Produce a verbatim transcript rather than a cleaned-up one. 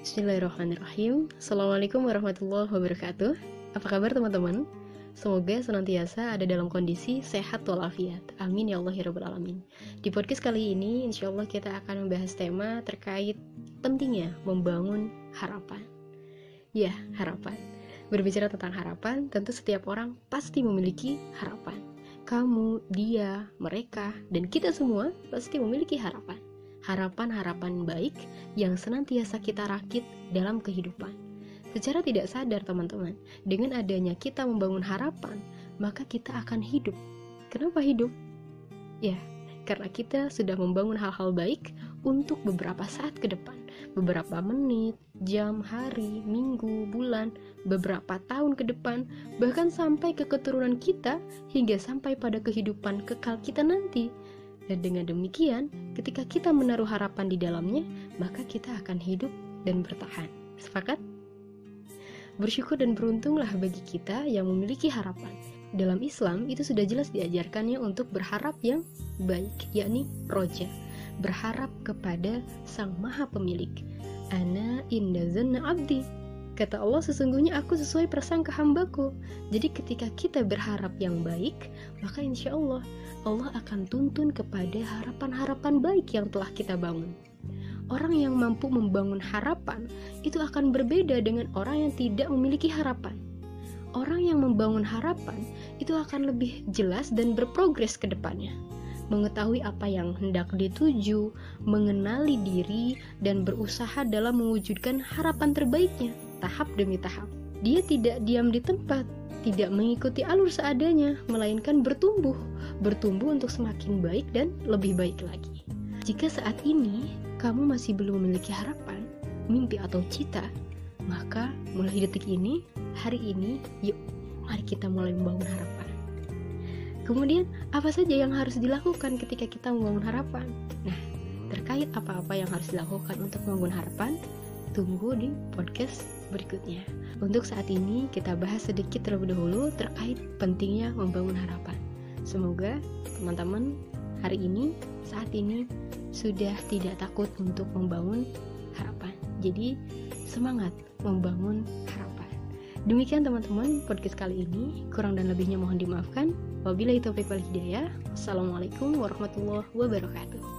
Bismillahirrahmanirrahim. Assalamualaikum warahmatullahi wabarakatuh. Apa kabar teman-teman? Semoga senantiasa ada dalam kondisi sehat walafiat. Amin ya Allah ya Rabbal Alamin. Di podcast kali ini insya Allah kita akan membahas tema terkait pentingnya membangun harapan. Ya, harapan. Berbicara tentang harapan, tentu setiap orang pasti memiliki harapan. Kamu, dia, mereka, dan kita semua pasti memiliki harapan. Harapan-harapan baik yang senantiasa kita rakit dalam kehidupan. Secara tidak sadar teman-teman, dengan adanya kita membangun harapan, maka kita akan hidup. Kenapa hidup? Ya, karena kita sudah membangun hal-hal baik untuk beberapa saat ke depan. Beberapa menit, jam, hari, minggu, bulan, beberapa tahun ke depan, bahkan sampai ke keturunan kita, hingga sampai pada kehidupan kekal kita nanti. Dan dengan demikian, ketika kita menaruh harapan di dalamnya, maka kita akan hidup dan bertahan. Sepakat? Bersyukur dan beruntunglah bagi kita yang memiliki harapan. Dalam Islam, itu sudah jelas diajarkannya untuk berharap yang baik, yakni roja. Berharap kepada Sang Maha Pemilik. Ana inda zanna abdi. Kata Allah, sesungguhnya aku sesuai prasangka hambaku. Jadi ketika kita berharap yang baik, maka insya Allah Allah akan tuntun kepada harapan-harapan baik yang telah kita bangun. Orang yang mampu membangun harapan itu akan berbeda dengan orang yang tidak memiliki harapan. Orang yang membangun harapan itu akan lebih jelas dan berprogres ke depannya. Mengetahui apa yang hendak dituju, mengenali diri, dan berusaha dalam mewujudkan harapan terbaiknya, tahap demi tahap. Dia tidak diam di tempat, tidak mengikuti alur seadanya, melainkan bertumbuh, bertumbuh untuk semakin baik dan lebih baik lagi. Jika saat ini kamu masih belum memiliki harapan, mimpi atau cita, maka mulai detik ini, hari ini, yuk, mari kita mulai membangun harapan. Kemudian, apa saja yang harus dilakukan ketika kita membangun harapan? Nah, terkait apa-apa yang harus dilakukan untuk membangun harapan, tunggu di podcast berikutnya. Untuk saat ini, kita bahas sedikit terlebih dahulu terkait pentingnya membangun harapan. Semoga teman-teman hari ini, saat ini, sudah tidak takut untuk membangun harapan. Jadi, semangat membangun harapan. Demikian teman-teman podcast kali ini. Kurang dan lebihnya mohon dimaafkan. Wabillahi taufiq wal hidayah. Wassalamualaikum warahmatullahi wabarakatuh.